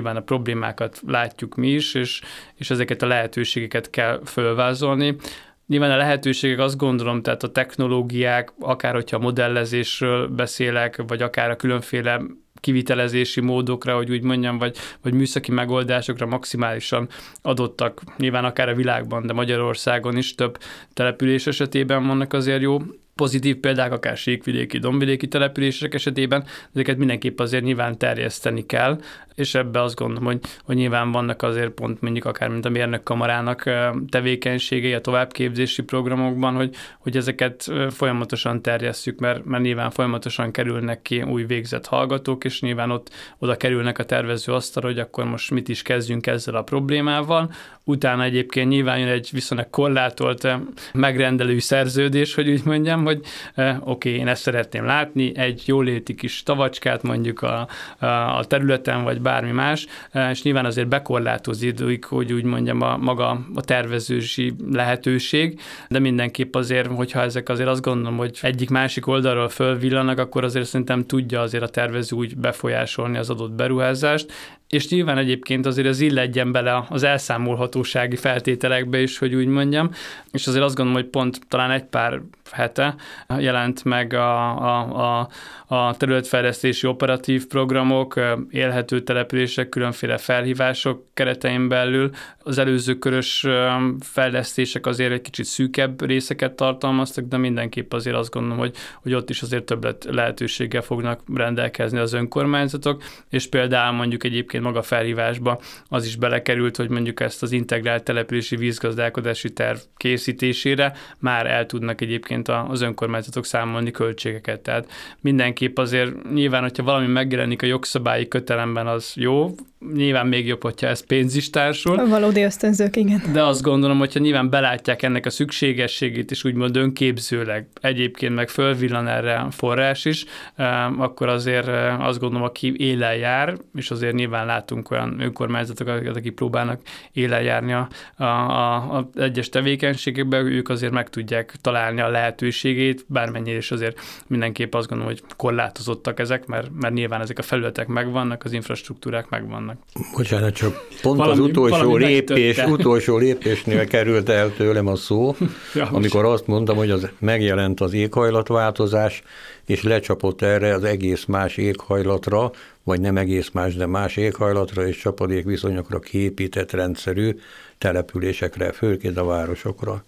nyilván a problémákat látjuk mi is, és, és ezeket a lehetőségeket kell fölvázolni. Nyilván a lehetőségek, azt gondolom, tehát a technológiák, akár hogyha a modellezésről beszélek, vagy akár a különféle kivitelezési módokra, hogy úgy mondjam, vagy, vagy műszaki megoldásokra maximálisan adottak, nyilván akár a világban, de Magyarországon is több település esetében vannak azért jó pozitív példák, akár síkvidéki, dombvidéki települések esetében, ezeket mindenképp azért nyilván terjeszteni kell, és ebbe azt gondolom, hogy, hogy nyilván vannak azért pont mondjuk akár, mint a mérnökkamarának tevékenységei a továbbképzési programokban, hogy, hogy ezeket folyamatosan terjesszük, mert, mert nyilván folyamatosan kerülnek ki új végzett hallgatók, és nyilván ott oda kerülnek a tervező asztalra, hogy akkor most mit is kezdjünk ezzel a problémával. Utána egyébként nyilván jön egy viszonylag korlátolt megrendelői szerződés, hogy úgy mondjam, hogy oké, okay, én ezt szeretném látni, egy jóléti kis tavacskát mondjuk a, a területen, vagy bármi más, és nyilván azért bekorlátozik, hogy úgy mondjam, a maga a tervezősi lehetőség, de mindenképp azért, hogyha ezek azért azt gondolom, hogy egyik-másik oldalról fölvillanak, akkor azért szerintem tudja azért a tervező úgy befolyásolni az adott beruházást, és nyilván egyébként azért az illetjen bele az elszámolhatósági feltételekbe is, hogy úgy mondjam, és azért azt gondolom, hogy pont talán egy pár hete jelent meg a, a, a, a területfejlesztési operatív programok, élhető települések, különféle felhívások keretein belül. Az előző körös fejlesztések azért egy kicsit szűkebb részeket tartalmaztak, de mindenképp azért azt gondolom, hogy, hogy ott is azért több lehetőséggel fognak rendelkezni az önkormányzatok, és például mondjuk egyébként maga felhívásba az is belekerült, hogy mondjuk ezt az integrált települési vízgazdálkodási terv készítésére már el tudnak egyébként az önkormányzatok számolni költségeket. Tehát mindenképp azért nyilván, hogyha valami megjelenik a jogszabályi kötelemben, az jó, nyilván még jobb, hogyha ez pénz is társul. Valódi ösztönzők, igen. De azt gondolom, hogyha nyilván belátják ennek a szükségességét, és úgymond önképzőleg egyébként meg fölvillan erre forrás is, akkor azért azt gondolom, aki élen jár, és azért nyilván látunk olyan önkormányzatokat, akik próbálnak élen járni a, a, a, a egyes tevékenységekben, ők azért meg tudják találni a lehetőségét, bármennyire is azért mindenképp azt gondolom, hogy korlátozottak ezek, mert, mert nyilván ezek a felületek megvannak, az infrastruktúrák megvannak. Bocsánat, csak pont valami, az utolsó lépés, megtötte. utolsó lépésnél került el tőlem a szó, ja, amikor azt mondtam, hogy az megjelent az éghajlatváltozás, és lecsapott erre az egész más éghajlatra, vagy nem egész más, de más éghajlatra és csapadékviszonyokra kiépített rendszerű településekre, főként a városokra.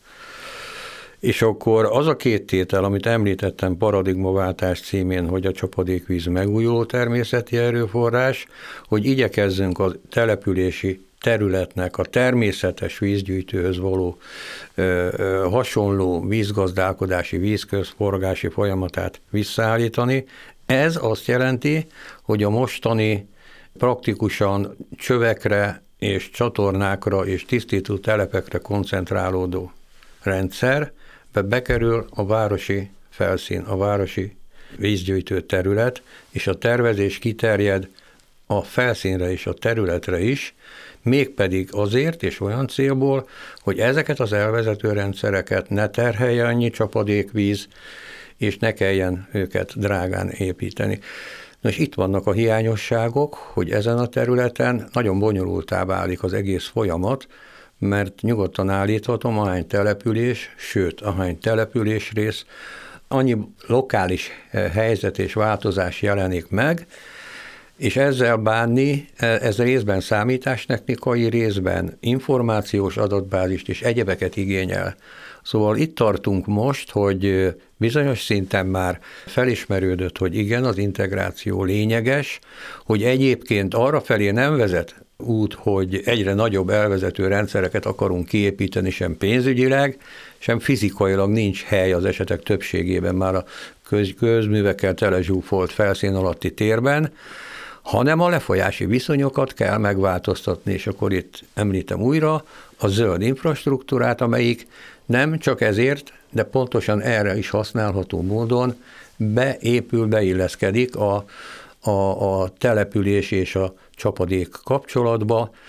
És akkor az a két tétel, amit említettem paradigmaváltás címén, hogy a csapadékvíz megújuló természeti erőforrás, hogy igyekezzünk a települési területnek a természetes vízgyűjtőhöz való ö, ö, hasonló vízgazdálkodási, vízközforgási folyamatát visszaállítani. Ez azt jelenti, hogy a mostani praktikusan csövekre és csatornákra és tisztító telepekre koncentrálódó rendszer, bekerül a városi felszín, a városi vízgyűjtő terület, és a tervezés kiterjed a felszínre és a területre is, mégpedig azért és olyan célból, hogy ezeket az elvezető rendszereket ne terhelje annyi csapadékvíz, és ne kelljen őket drágán építeni. Nos, itt vannak a hiányosságok, hogy ezen a területen nagyon bonyolultá válik az egész folyamat, mert nyugodtan állíthatom, ahány település, sőt, ahány település rész, annyi lokális helyzet és változás jelenik meg, és ezzel bánni, ez részben számítástechnikai, részben információs adatbázist és egyebeket igényel. Szóval itt tartunk most, hogy bizonyos szinten már felismerődött, hogy igen, az integráció lényeges, hogy egyébként arra felé nem vezet út, hogy egyre nagyobb elvezető rendszereket akarunk kiépíteni, sem pénzügyileg, sem fizikailag nincs hely az esetek többségében már a köz, közművekkel telezsúfolt felszín alatti térben, hanem a lefolyási viszonyokat kell megváltoztatni, és akkor itt említem újra a zöld infrastruktúrát, amelyik nem csak ezért, de pontosan erre is használható módon beépül, beilleszkedik a, a, a település és a csapadék kapcsolatba.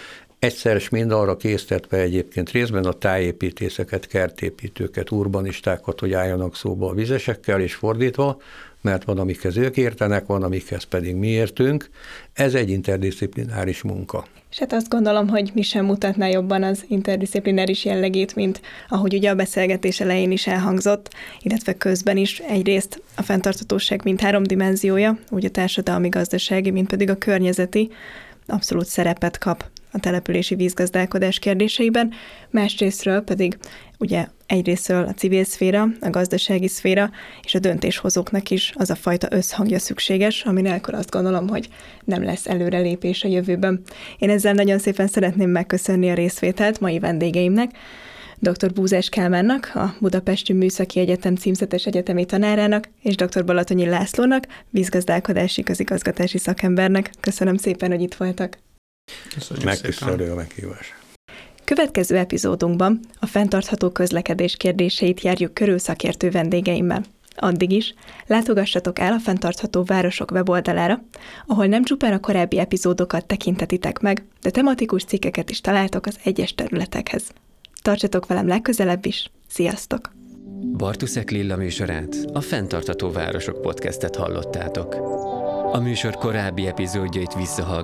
egyszer s mind arra késztetve egyébként részben a tájépítészeket, kertépítőket, urbanistákat, hogy álljanak szóba a vizesekkel, és fordítva, mert van, amikhez ők értenek, van, amikhez pedig mi értünk. Ez egy interdisziplináris munka. És hát azt gondolom, hogy mi sem mutatná jobban az interdisziplináris jellegét, mint ahogy ugye a beszélgetés elején is elhangzott, illetve közben is egyrészt a fenntarthatóság mint három dimenziója, úgy a társadalmi, gazdasági, mint pedig a környezeti, abszolút szerepet kap a települési vízgazdálkodás kérdéseiben, másrésztről pedig ugye egyrésztről a civil szféra, a gazdasági szféra és a döntéshozóknak is az a fajta összhangja szükséges, ami nélkül azt gondolom, hogy nem lesz előrelépés a jövőben. Én ezzel nagyon szépen szeretném megköszönni a részvételt mai vendégeimnek, dr. Búzás Kálmánnak, a Budapesti Műszaki Egyetem címzetes egyetemi tanárának, és dr. Balatonyi Lászlónak, vízgazdálkodási közigazgatási szakembernek. Köszönöm szépen, hogy itt voltak. Megtisztelő a meghívás. Következő epizódunkban a fenntartható közlekedés kérdéseit járjuk körül szakértő vendégeimmel. Addig is látogassatok el a Fenntartható Városok weboldalára, ahol nem csupán a korábbi epizódokat tekintetitek meg, de tematikus cikkeket is találtok az egyes területekhez. Tartsatok velem legközelebb is, sziasztok! Bartuszek Lilla műsorát, a Fenntartható Városok podcastet hallottátok. A műsor korábbi epizódjait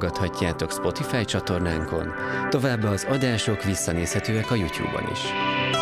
visszahallgathatjátok Spotify csatornánkon, továbbá az adások visszanézhetőek a YouTube-on is.